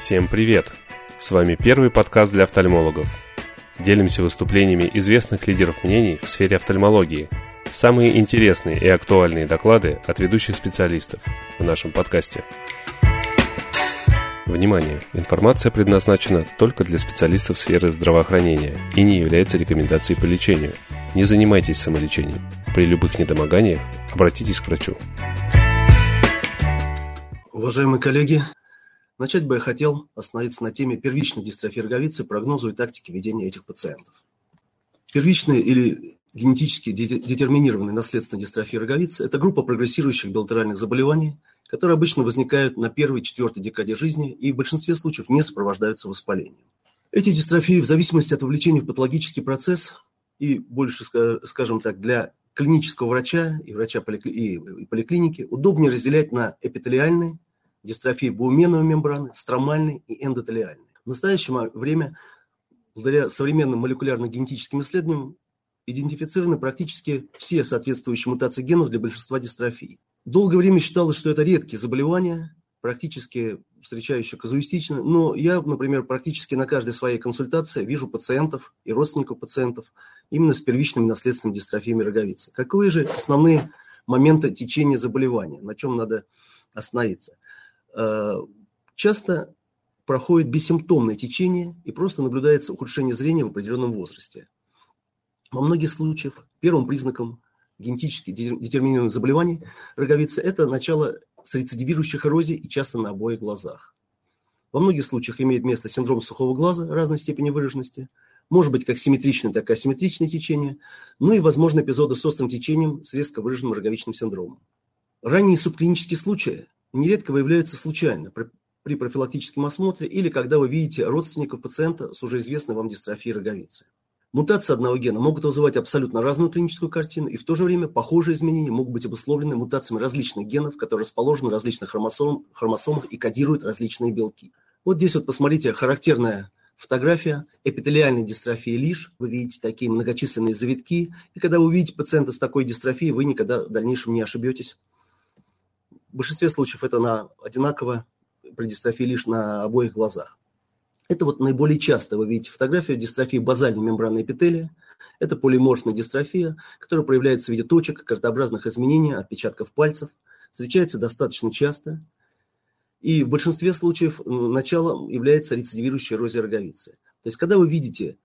Всем привет! С вами первый подкаст для офтальмологов. Делимся выступлениями известных лидеров мнений в сфере офтальмологии. Самые интересные и актуальные доклады от ведущих специалистов в нашем подкасте. Внимание! Информация предназначена только для специалистов сферы здравоохранения и не является рекомендацией по лечению. Не занимайтесь самолечением. При любых недомоганиях обратитесь к врачу. Уважаемые коллеги, начать бы я хотел остановиться на теме первичной дистрофии роговицы, прогнозу и тактики ведения этих пациентов. Первичная или генетически детерминированная наследственная дистрофия роговицы – это группа прогрессирующих билатеральных заболеваний, которые обычно возникают на первой-четвертой декаде жизни и в большинстве случаев не сопровождаются воспалением. Эти дистрофии в зависимости от вовлечения в патологический процесс и больше, скажем так, для клинического врача и врача и поликлиники удобнее разделять на эпителиальные, дистрофии буменной мембраны, стромальной и эндотелиальной. В настоящее время, благодаря современным молекулярно-генетическим исследованиям, идентифицированы практически все соответствующие мутации генов для большинства дистрофий. Долгое время считалось, что это редкие заболевания, практически встречающие казуистично, но я, например, практически на каждой своей консультации вижу пациентов и родственников пациентов именно с первичными наследственными дистрофиями роговицы. Каковы же основные моменты течения заболевания, на чем надо остановиться? Часто проходит бессимптомное течение и просто наблюдается ухудшение зрения в определенном возрасте. Во многих случаях первым признаком генетически детерминированных заболеваний роговицы – это начало с рецидивирующих эрозий и часто на обоих глазах. Во многих случаях имеет место синдром сухого глаза разной степени выраженности, может быть как симметричное, так и асимметричное течение, ну и, возможно, эпизоды с острым течением с резко выраженным роговичным синдромом. Ранние субклинические случаи нередко выявляются случайно при профилактическом осмотре или когда вы видите родственников пациента с уже известной вам дистрофией роговицы. Мутации одного гена могут вызывать абсолютно разную клиническую картину, и в то же время похожие изменения могут быть обусловлены мутациями различных генов, которые расположены в различных хромосомах и кодируют различные белки. Вот здесь вот посмотрите характерная фотография эпителиальной дистрофии лиш. Вы видите такие многочисленные завитки, и когда вы увидите пациента с такой дистрофией, вы никогда в дальнейшем не ошибетесь. В большинстве случаев это одинаково при дистрофии лишь на обоих глазах. Это вот наиболее часто вы видите фотографию дистрофии базальной мембраны эпителия. Это полиморфная дистрофия, которая проявляется в виде точек, картообразных изменений, отпечатков пальцев. Встречается достаточно часто. И в большинстве случаев началом является рецидивирующая эрозия роговицы. То есть, когда вы видите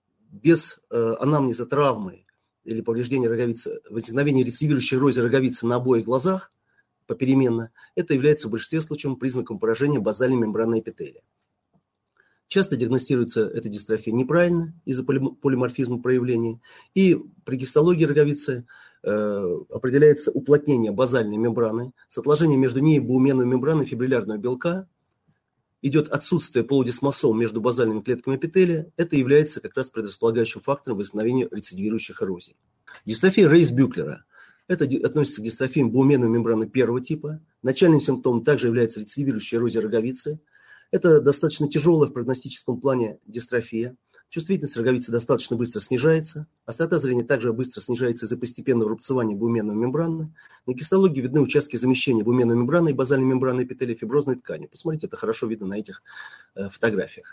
без анамнеза травмы или повреждения роговицы возникновение рецидивирующей эрозии роговицы на обоих глазах, попеременно, это является в большинстве случаев признаком поражения базальной мембраны эпителия. Часто диагностируется эта дистрофия неправильно из-за полиморфизма проявлений, и при гистологии роговицы определяется уплотнение базальной мембраны с отложением между ней и буменной мембраной фибриллярного белка, идет отсутствие полудисмосом между базальными клетками эпителия, это является как раз предрасполагающим фактором возникновения рецидивирующих эрозий. Дистрофия Рейс-Бюклера. Это относится к дистрофиям буменной мембраны первого типа. Начальным симптомом также является рецидивирующая эрозия роговицы. Это достаточно тяжелая в прогностическом плане дистрофия. Чувствительность роговицы достаточно быстро снижается. Острота зрения также быстро снижается из-за постепенного рубцевания буменной мембраны. На гистологии видны участки замещения буменной мембраны и базальной мембраны эпителия фиброзной тканью. Посмотрите, это хорошо видно на этих фотографиях.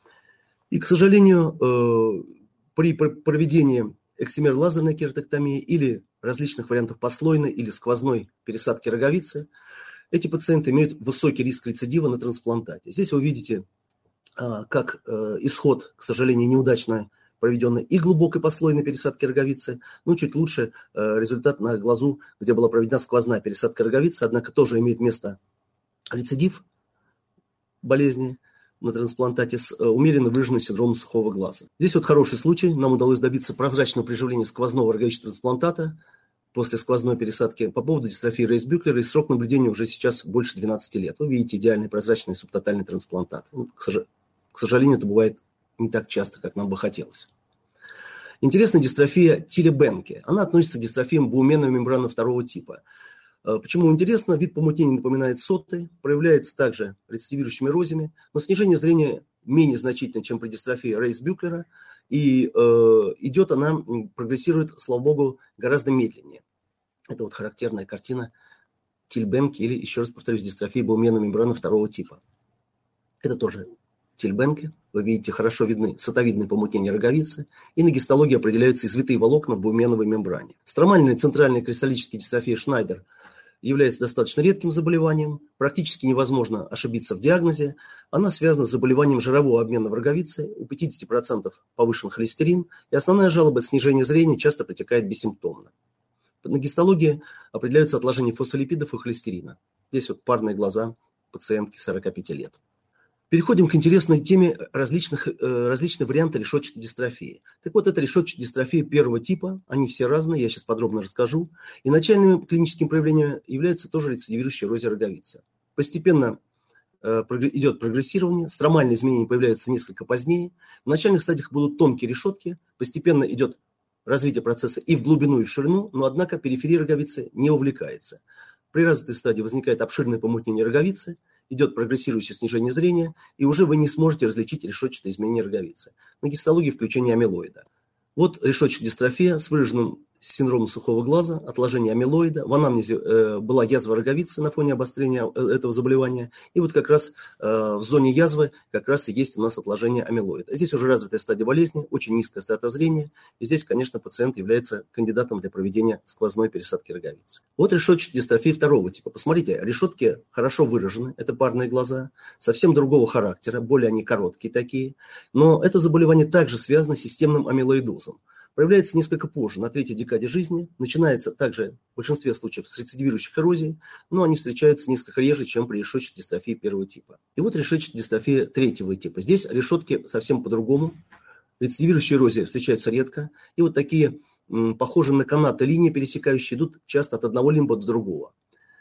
И, к сожалению, при проведении эксимер-лазерной кератоктомии или различных вариантов послойной или сквозной пересадки роговицы, эти пациенты имеют высокий риск рецидива на трансплантате. Здесь вы видите, как исход, к сожалению, неудачно проведенной и глубокой послойной пересадки роговицы, но чуть лучше результат на глазу, где была проведена сквозная пересадка роговицы, однако тоже имеет место рецидив болезни на трансплантате с умеренно выраженным синдромом сухого глаза. Здесь вот хороший случай. Нам удалось добиться прозрачного приживления сквозного роговичного трансплантата после сквозной пересадки по поводу дистрофии Рейс-Бюклера, и срок наблюдения уже сейчас больше 12 лет. Вы видите идеальный прозрачный субтотальный трансплантат. К сожалению, это бывает не так часто, как нам бы хотелось. Интересна дистрофия Тиле-Бенке. Она относится к дистрофиям буменной мембраны второго типа. Почему интересно? Вид помутнения напоминает соты, проявляется также рецидивирующими эрозиями, но снижение зрения менее значительно, чем при дистрофии Рейс-Бюклера, и идет она, прогрессирует, слава богу, гораздо медленнее. Это вот характерная картина Тиле-Бенке или, еще раз повторюсь, дистрофии буменной мембраны второго типа. Это тоже тельбенки. Вы видите, хорошо видны сатовидные помутнения роговицы. И на гистологии определяются извитые волокна в буменовой мембране. Стромальная центральная кристаллическая дистрофия Шнайдер является достаточно редким заболеванием. Практически невозможно ошибиться в диагнозе. Она связана с заболеванием жирового обмена в роговице. У 50% повышен холестерин. И основная жалоба – снижение зрения часто протекает бессимптомно. На гистологии определяются отложения фосфолипидов и холестерина. Здесь вот парные глаза пациентки 45 лет. Переходим к интересной теме различных вариантов решетчатой дистрофии. Так вот, это решетчатая дистрофия первого типа. Они все разные, я сейчас подробно расскажу. И начальными клиническими проявлениями является тоже рецидивирующая эрозия роговицы. Постепенно идет прогрессирование, стромальные изменения появляются несколько позднее. В начальных стадиях будут тонкие решетки, постепенно идет развитие процесса и в глубину, и в ширину, но однако периферия роговицы не увлекается. При развитой стадии возникает обширное помутнение роговицы, идет прогрессирующее снижение зрения, и уже вы не сможете различить решетчатые изменения роговицы. На гистологии включение амилоида. Вот решетчатая дистрофия с выраженным синдромом сухого глаза, отложение амилоида. В анамнезе была язва роговицы на фоне обострения этого заболевания. И вот как раз в зоне язвы как раз и есть у нас отложение амилоида. Здесь уже развитая стадия болезни, очень низкая острота зрения. И здесь, конечно, пациент является кандидатом для проведения сквозной пересадки роговицы. Вот решетчатая дистрофия второго типа. Посмотрите, решетки хорошо выражены. Это парные глаза, совсем другого характера, более они короткие такие. Но это заболевание также связано с системным амилоидозом. Проявляется несколько позже, на третьей декаде жизни. Начинается также в большинстве случаев с рецидивирующих эрозий, но они встречаются несколько реже, чем при решетчатой дистрофии первого типа. И вот решетчатая дистрофия третьего типа. Здесь решетки совсем по-другому. Рецидивирующие эрозии встречаются редко. И вот такие похожие на канаты линии, пересекающие, идут часто от одного лимба до другого.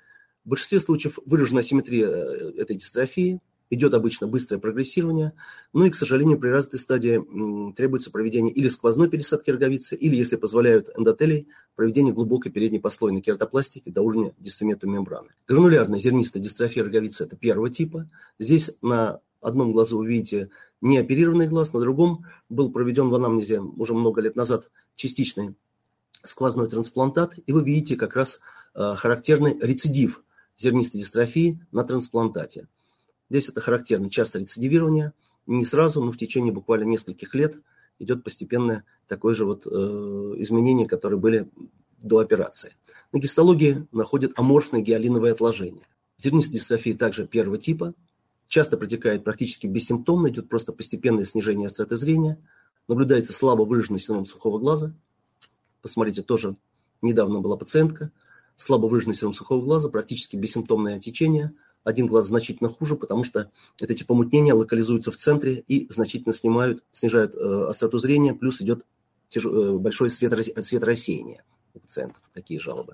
В большинстве случаев выражена асимметрия этой дистрофии. Идет обычно быстрое прогрессирование, но и, к сожалению, при развитой стадии требуется проведение или сквозной пересадки роговицы, или, если позволяют эндотелий, проведение глубокой передней послойной кератопластики до уровня дисцеметовой мембраны. Гранулярная зернистая дистрофия роговицы – это первого типа. Здесь на одном глазу вы видите неоперированный глаз, на другом был проведен в анамнезе уже много лет назад частичный сквозной трансплантат, и вы видите как раз характерный рецидив зернистой дистрофии на трансплантате. Здесь это характерно, часто рецидивирование, не сразу, но в течение буквально нескольких лет идет постепенное такое же вот изменение, которые были до операции. На гистологии находят аморфные гиалиновые отложения. Зернистая дистрофия также первого типа, часто протекает практически бессимптомно, идет просто постепенное снижение остроты зрения, наблюдается слабо выраженный синдром сухого глаза. Посмотрите, тоже недавно была пациентка, слабо выраженный синдром сухого глаза, практически бессимптомное течение. Один глаз значительно хуже, потому что эти помутнения локализуются в центре и значительно снижают остроту зрения, плюс идет большое светорассеяние у пациентов, такие жалобы.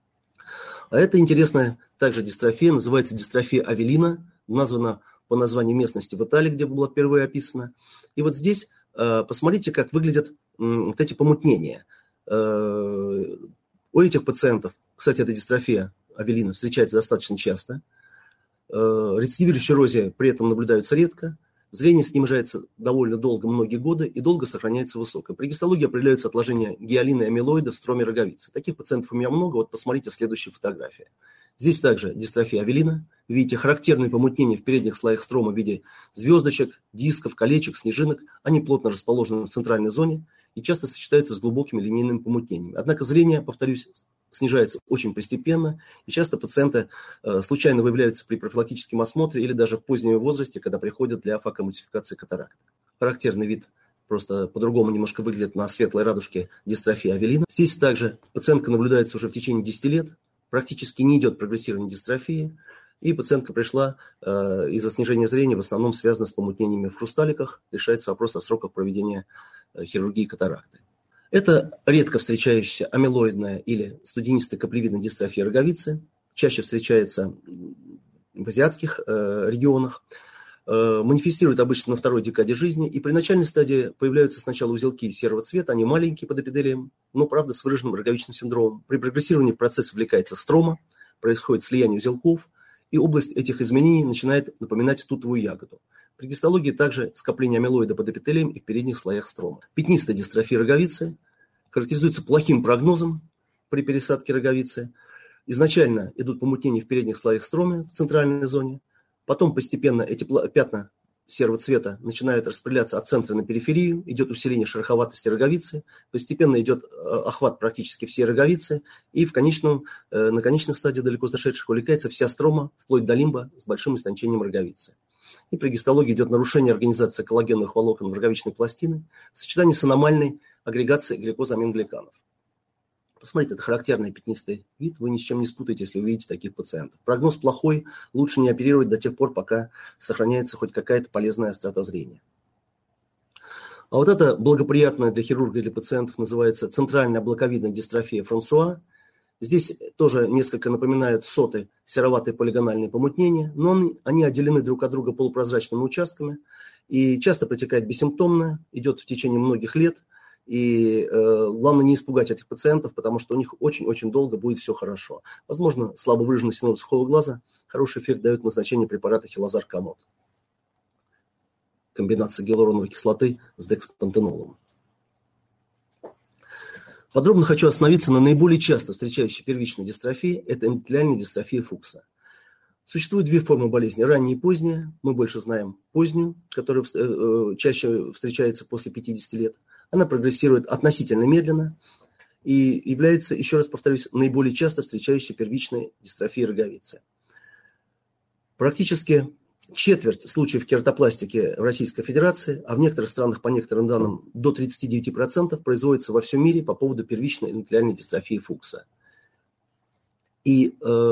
А это интересная также дистрофия, называется дистрофия Авелина, названа по названию местности в Италии, где была впервые описана. И вот здесь посмотрите, как выглядят вот эти помутнения. У этих пациентов, кстати, эта дистрофия Авелина встречается достаточно часто. Рецидивирующая эрозия при этом наблюдается редко. Зрение снижается довольно долго, многие годы, и долго сохраняется высокое. При гистологии определяются отложения гиалина и амилоида в строме роговицы. Таких пациентов у меня много. Вот посмотрите следующая фотография. Здесь также дистрофия Авелина. Видите характерные помутнения в передних слоях строма в виде звездочек, дисков, колечек, снежинок. Они плотно расположены в центральной зоне и часто сочетаются с глубокими линейными помутнениями. Однако зрение, повторюсь, снижается очень постепенно, и часто пациенты случайно выявляются при профилактическом осмотре или даже в позднем возрасте, когда приходят для факомультификации катаракт. Характерный вид просто по-другому немножко выглядит на светлой радужке дистрофии Авелина. Здесь также пациентка наблюдается уже в течение 10 лет, практически не идет прогрессирование дистрофии, и пациентка пришла из-за снижения зрения, в основном связано с помутнениями в хрусталиках, решается вопрос о сроках проведения хирургии катаракты. Это редко встречающаяся амилоидная или студенистая каплевидная дистрофия роговицы, чаще встречается в азиатских регионах, манифестирует обычно на второй декаде жизни, и при начальной стадии появляются сначала узелки серого цвета, они маленькие под эпителием, но, правда, с выраженным роговичным синдромом. При прогрессировании в процесс вовлекается строма, происходит слияние узелков, и область этих изменений начинает напоминать тутовую ягоду. При гистологии также скопление амилоида под эпителием и в передних слоях строма. Пятнистая дистрофия роговицы характеризуется плохим прогнозом при пересадке роговицы. Изначально идут помутнения в передних слоях строма в центральной зоне. Потом постепенно эти пятна серого цвета начинают распределяться от центра на периферию, идет усиление шероховатости роговицы, постепенно идет охват практически всей роговицы, и на конечных стадиях далеко зашедших увлекается вся строма, вплоть до лимба, с большим истончением роговицы. И при гистологии идет нарушение организации коллагеновых волокон в роговичной пластины в сочетании с аномальной агрегацией гликозамингликанов. Посмотрите, это характерный пятнистый вид, вы ни с чем не спутаете, если увидите таких пациентов. Прогноз плохой, лучше не оперировать до тех пор, пока сохраняется хоть какая-то полезная острота зрения. А вот это благоприятная для хирурга или пациентов называется центральная облаковидная дистрофия Франсуа. Здесь тоже несколько напоминают соты сероватые полигональные помутнения, но они отделены друг от друга полупрозрачными участками и часто протекает бессимптомно, идет в течение многих лет. И главное не испугать этих пациентов, потому что у них очень-очень долго будет все хорошо. Возможно, слабо выраженный синдром сухого глаза хороший эффект дает назначение препарата хилозар-комод. Комбинация гиалуроновой кислоты с декспантенолом. Подробно хочу остановиться на наиболее часто встречающей первичной дистрофии. Это эндотелиальная дистрофия Фукса. Существует две формы болезни. Ранняя и поздняя. Мы больше знаем позднюю, которая чаще встречается после 50 лет. Она прогрессирует относительно медленно и является, еще раз повторюсь, наиболее часто встречающей первичной дистрофией роговицы. Практически четверть случаев кератопластики в Российской Федерации, а в некоторых странах, по некоторым данным, до 39% производится во всем мире по поводу первичной эндотелиальной дистрофии Фукса. И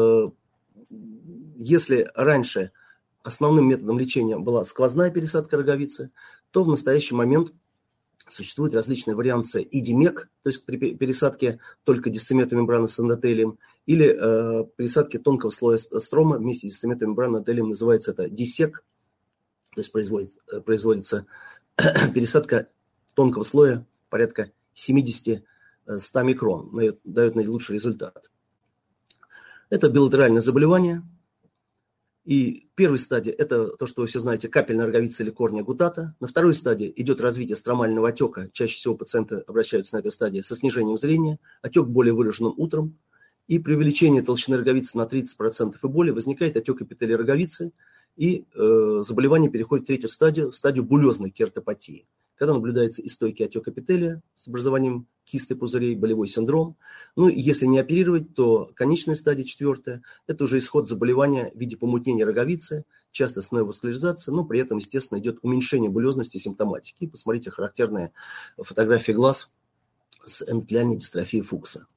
если раньше основным методом лечения была сквозная пересадка роговицы, то в настоящий момент существуют различные варианты идимек, то есть при пересадке только дисцеметовой мембраны с эндотелием, или пересадки тонкого слоя строма вместе с дисцеметовой мембраной эндотелием, называется это дисек, то есть производится пересадка тонкого слоя порядка 70-100 микрон, дает наилучший результат. Это билатеральное заболевание. И первой стадии это то, что вы все знаете, капельная роговица или корния гутата. На второй стадии идет развитие стромального отека. Чаще всего пациенты обращаются на этой стадии со снижением зрения. Отек более выраженным утром. И при увеличении толщины роговицы на 30% и более возникает отек эпителия роговицы. И заболевание переходит в третью стадию, в стадию булезной кератопатии. Когда наблюдается и стойкий отек эпителия с образованием кисты пузырей, болевой синдром. Ну и если не оперировать, то конечная стадия, четвертая, это уже исход заболевания в виде помутнения роговицы, часто с неоваскуляризацией, но при этом, естественно, идет уменьшение булезности и симптоматики. И посмотрите характерные фотографии глаз с эндотелиальной дистрофией Фукса.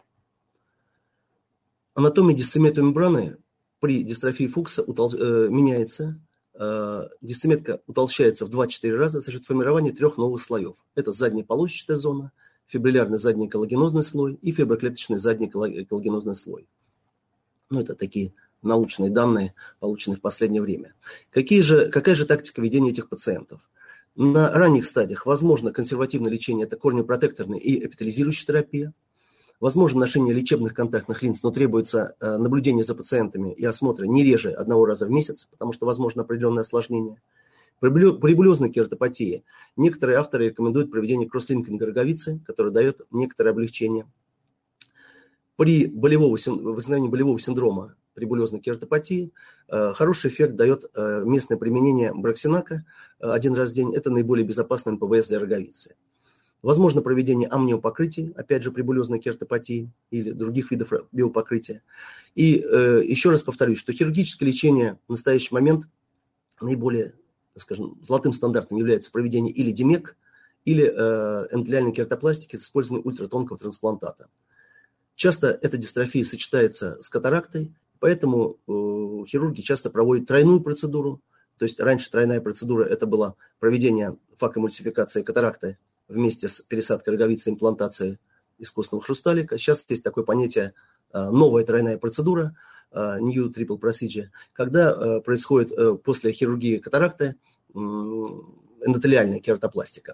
Анатомия дисцеметовой мембраны при дистрофии Фукса меняется. Дисцеметка утолщается в 2-4 раза за счет формирования 3 новых слоев. Это задняя полосчатая зона, фибриллярный задний коллагенозный слой и фиброклеточный задний коллагенозный слой. Ну, это такие научные данные, полученные в последнее время. Какая же тактика ведения этих пациентов? На ранних стадиях возможно консервативное лечение, это корнеопротекторная и эпителизирующая терапия. Возможно ношение лечебных контактных линз, но требуется наблюдение за пациентами и осмотр не реже 1 раза в месяц, потому что возможно определенное осложнение. При булезной кератопатии некоторые авторы рекомендуют проведение кросслинкинга роговицы, которое дает некоторое облегчение. При возникновении болевого синдрома при булезной кератопатии хороший эффект дает местное применение броксинака 1 раз в день. Это наиболее безопасный НПВС для роговицы. Возможно проведение амниопокрытий, опять же при булезной кератопатии или других видов биопокрытия. И еще раз повторюсь, что хирургическое лечение в настоящий момент наиболее, скажем, золотым стандартом является проведение или димек, или эндотелиальной кератопластики с использованием ультратонкого трансплантата. Часто эта дистрофия сочетается с катарактой, поэтому хирурги часто проводят тройную процедуру. То есть раньше тройная процедура это было проведение факоэмульсификации катаракты вместе с пересадкой роговицы и имплантацией искусственного хрусталика. Сейчас есть такое понятие новая тройная процедура, New Triple Procedure, когда происходит после хирургии катаракты эндотелиальная кератопластика.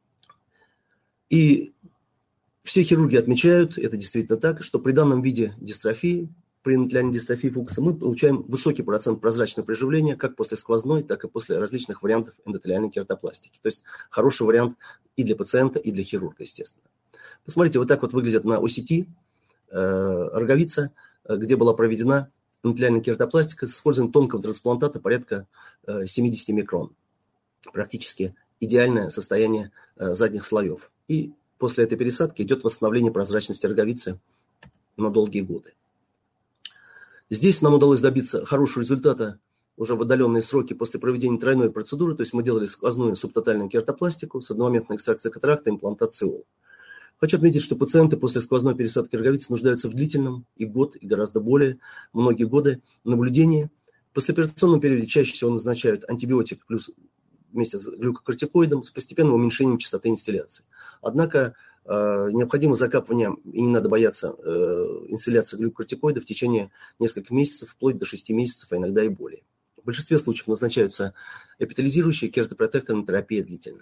И все хирурги отмечают, это действительно так, что при данном виде дистрофии, при эндотелиальной дистрофии Фукса, мы получаем высокий процент прозрачного приживления как после сквозной, так и после различных вариантов эндотелиальной кератопластики. То есть хороший вариант и для пациента, и для хирурга, естественно. Посмотрите, вот так вот выглядит на OCT роговица, где была проведена эндотелиальная кератопластика с использованием тонкого трансплантата порядка 70 микрон. практически идеальное состояние задних слоев. И после этой пересадки идет восстановление прозрачности роговицы на долгие годы. Здесь нам удалось добиться хорошего результата уже в отдаленные сроки после проведения тройной процедуры, то есть мы делали сквозную субтотальную кератопластику с одномоментной экстракцией катаракты и имплантацией ОЛ. Хочу отметить, что пациенты после сквозной пересадки роговицы нуждаются в длительном и год, и гораздо более, многие годы наблюдения. В послеоперационном периоде чаще всего назначают антибиотик плюс вместе с глюкокортикоидом с постепенным уменьшением частоты инстилляции. Однако необходимо закапывание, и не надо бояться инстилляции глюкокортикоида в течение нескольких месяцев, вплоть до 6 месяцев, а иногда и более. В большинстве случаев назначаются эпителизирующие, кератопротекторная терапия длительно.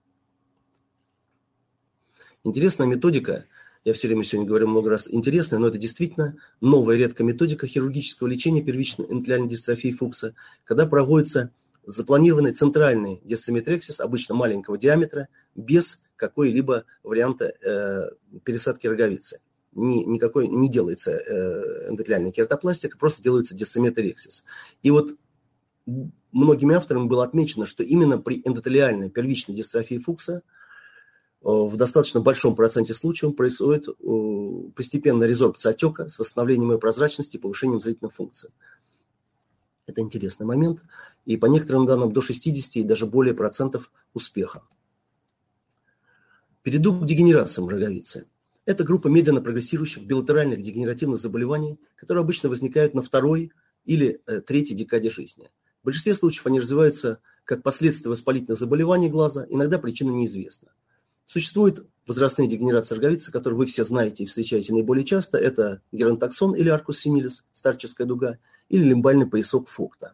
Интересная методика, я все время сегодня говорю много раз интересная, но это действительно новая редкая методика хирургического лечения первичной эндотелиальной дистрофии Фукса, когда проводится запланированный центральный дисциметрексис, обычно маленького диаметра, без какой-либо варианта пересадки роговицы. Никакой не делается эндотелиальная кератопластика, просто делается дисциметрексис. И вот многими авторами было отмечено, что именно при эндотелиальной первичной дистрофии Фукса в достаточно большом проценте случаев происходит постепенная резорбция отека с восстановлением ее прозрачности и повышением зрительных функций. Это интересный момент. И по некоторым данным до 60 и даже более процентов успеха. Перейду к дегенерациям роговицы. Это группа медленно прогрессирующих билатеральных дегенеративных заболеваний, которые обычно возникают на второй или третьей декаде жизни. В большинстве случаев они развиваются как последствия воспалительных заболеваний глаза, иногда причина неизвестна. Существуют возрастные дегенерации роговицы, которые вы все знаете и встречаете наиболее часто. Это геронтоксон или аркус сенилис, старческая дуга, или лимбальный поясок Фокта.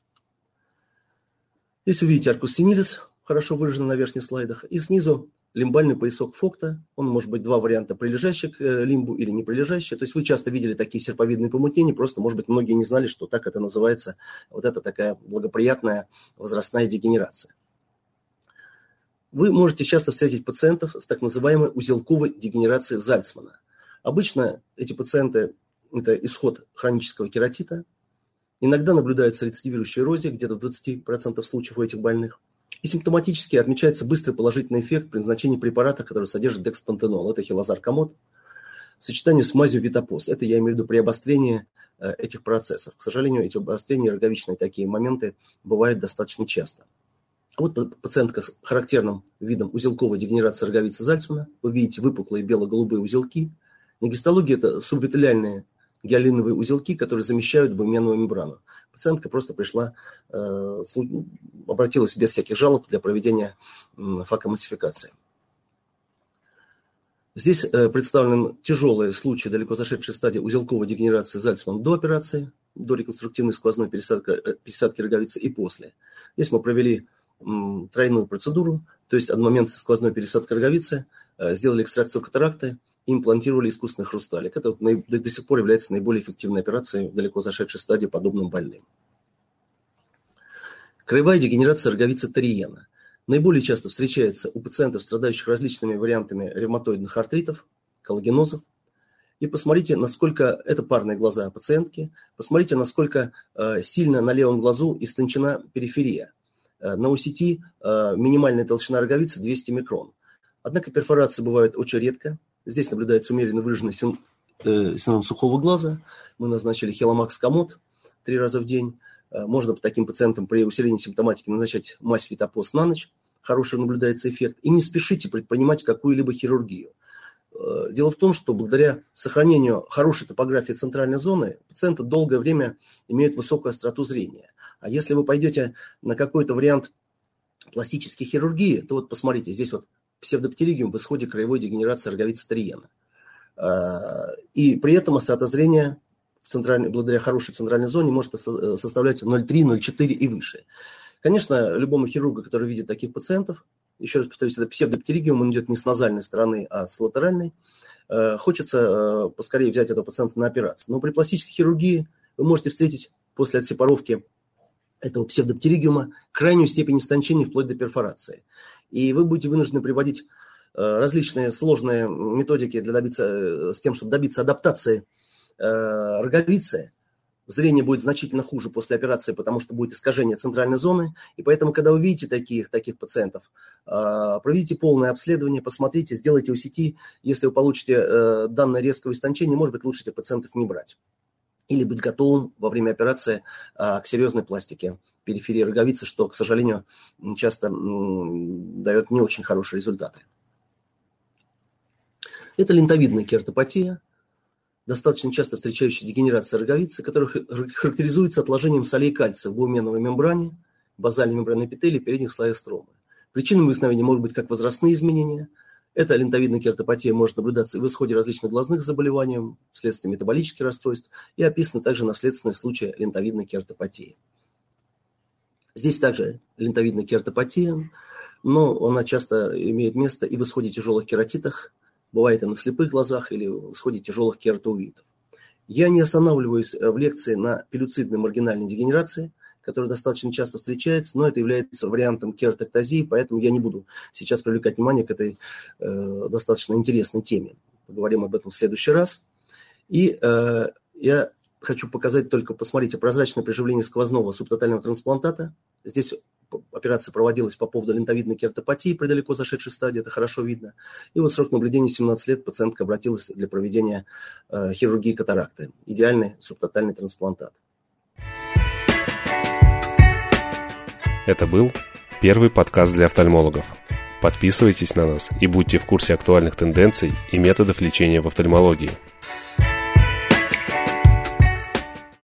Здесь вы видите аркус сенилис, хорошо выражено на верхних слайдах, и снизу лимбальный поясок Фокта. Он может быть два варианта: прилежащий к лимбу или не прилежащий. То есть вы часто видели такие серповидные помутнения, просто, может быть, многие не знали, что так это называется. Вот это такая благоприятная возрастная дегенерация. Вы можете часто встретить пациентов с так называемой узелковой дегенерацией Зальцмана. Обычно эти пациенты – это исход хронического кератита. Иногда наблюдается рецидивирующая эрозия, где-то в 20% случаев у этих больных. И симптоматически отмечается быстрый положительный эффект при назначении препарата, который содержит декспантенол. Это хилозар-комод в сочетании с мазью витапоз. Это я имею в виду при обострении этих процессов. К сожалению, эти обострения, роговичные такие моменты бывают достаточно часто. Вот пациентка с характерным видом узелковой дегенерации роговицы Зальцмана. Вы видите выпуклые бело-голубые узелки. На гистологии это субэпителиальные гиалиновые узелки, которые замещают буменную мембрану. Пациентка просто пришла, обратилась без всяких жалоб для проведения факоэмульсификации. Здесь представлен тяжелый случай далеко зашедшей стадии узелковой дегенерации Зальцмана до операции, до реконструктивной сквозной пересадки роговицы и после. Здесь мы провели тройную процедуру, то есть одномоментная сквозной пересадка роговицы, сделали экстракцию катаракты и имплантировали искусственный хрусталик. Это до сих пор является наиболее эффективной операцией в далеко зашедшей стадии подобным больным. Краевая дегенерация роговицы Терриена наиболее часто встречается у пациентов, страдающих различными вариантами ревматоидных артритов, коллагенозов. И посмотрите, насколько это парные глаза пациентки, посмотрите, насколько сильно на левом глазу истончена периферия. На OCT минимальная толщина роговицы 200 микрон. Однако перфорации бывают очень редко. Здесь наблюдается умеренно выраженный синдром сухого глаза. Мы назначили хеломакс комод 3 раза в день. Можно по таким пациентам при усилении симптоматики назначать мазь витапоз на ночь. Хороший наблюдается эффект. И не спешите предпринимать какую-либо хирургию. Дело в том, что благодаря сохранению хорошей топографии центральной зоны пациенты долгое время имеют высокую остроту зрения. А если вы пойдете на какой-то вариант пластической хирургии, то вот посмотрите, здесь вот псевдоптеригиум в исходе краевой дегенерации роговицы Терриена. И при этом острота зрения благодаря хорошей центральной зоне может составлять 0,3, 0,4 и выше. Конечно, любому хирургу, который видит таких пациентов, еще раз повторюсь, это псевдоптеригиум, он идет не с назальной стороны, а с латеральной, хочется поскорее взять этого пациента на операцию. Но при пластической хирургии вы можете встретить после отсепаровки этого псевдоптеригиума крайнюю степень истончения вплоть до перфорации. И вы будете вынуждены приводить различные сложные методики с тем, чтобы добиться адаптации роговицы зрение будет значительно хуже после операции, потому что будет искажение центральной зоны. И поэтому, когда вы видите таких пациентов, проведите полное обследование, посмотрите, сделайте ОСТ. Если вы получите данное резкое истончение, может быть, лучше этих пациентов не брать. Или быть готовым во время операции к серьезной пластике периферии роговицы, что, к сожалению, часто дает не очень хорошие результаты. Это лентовидная кератопатия, достаточно часто встречающаяся дегенерация роговицы, которая характеризуется отложением солей кальция в буменовой мембране, базальной мембраны эпителия и передних слоев стромы. Причинами возникновения могут быть как возрастные изменения. Эта лентовидная кератопатия может наблюдаться и в исходе различных глазных заболеваний, вследствие метаболических расстройств, и описаны также наследственные случаи лентовидной кератопатии. Здесь также лентовидная кератопатия, но она часто имеет место и в исходе тяжелых кератитах, бывает и на слепых глазах или в исходе тяжелых кератоувитов. Я не останавливаюсь в лекции на пилюцидной маргинальной дегенерации, которая достаточно часто встречается, но это является вариантом кератоктазии, поэтому я не буду сейчас привлекать внимание к этой достаточно интересной теме. Поговорим об этом в следующий раз. И я хочу показать только, посмотрите, прозрачное приживление сквозного субтотального трансплантата. Здесь операция проводилась по поводу лентовидной кератопатии при далеко зашедшей стадии, это хорошо видно. И вот срок наблюдения 17 лет, пациентка обратилась для проведения хирургии катаракты. Идеальный субтотальный трансплантат. Это был первый подкаст для офтальмологов. Подписывайтесь на нас и будьте в курсе актуальных тенденций и методов лечения в офтальмологии.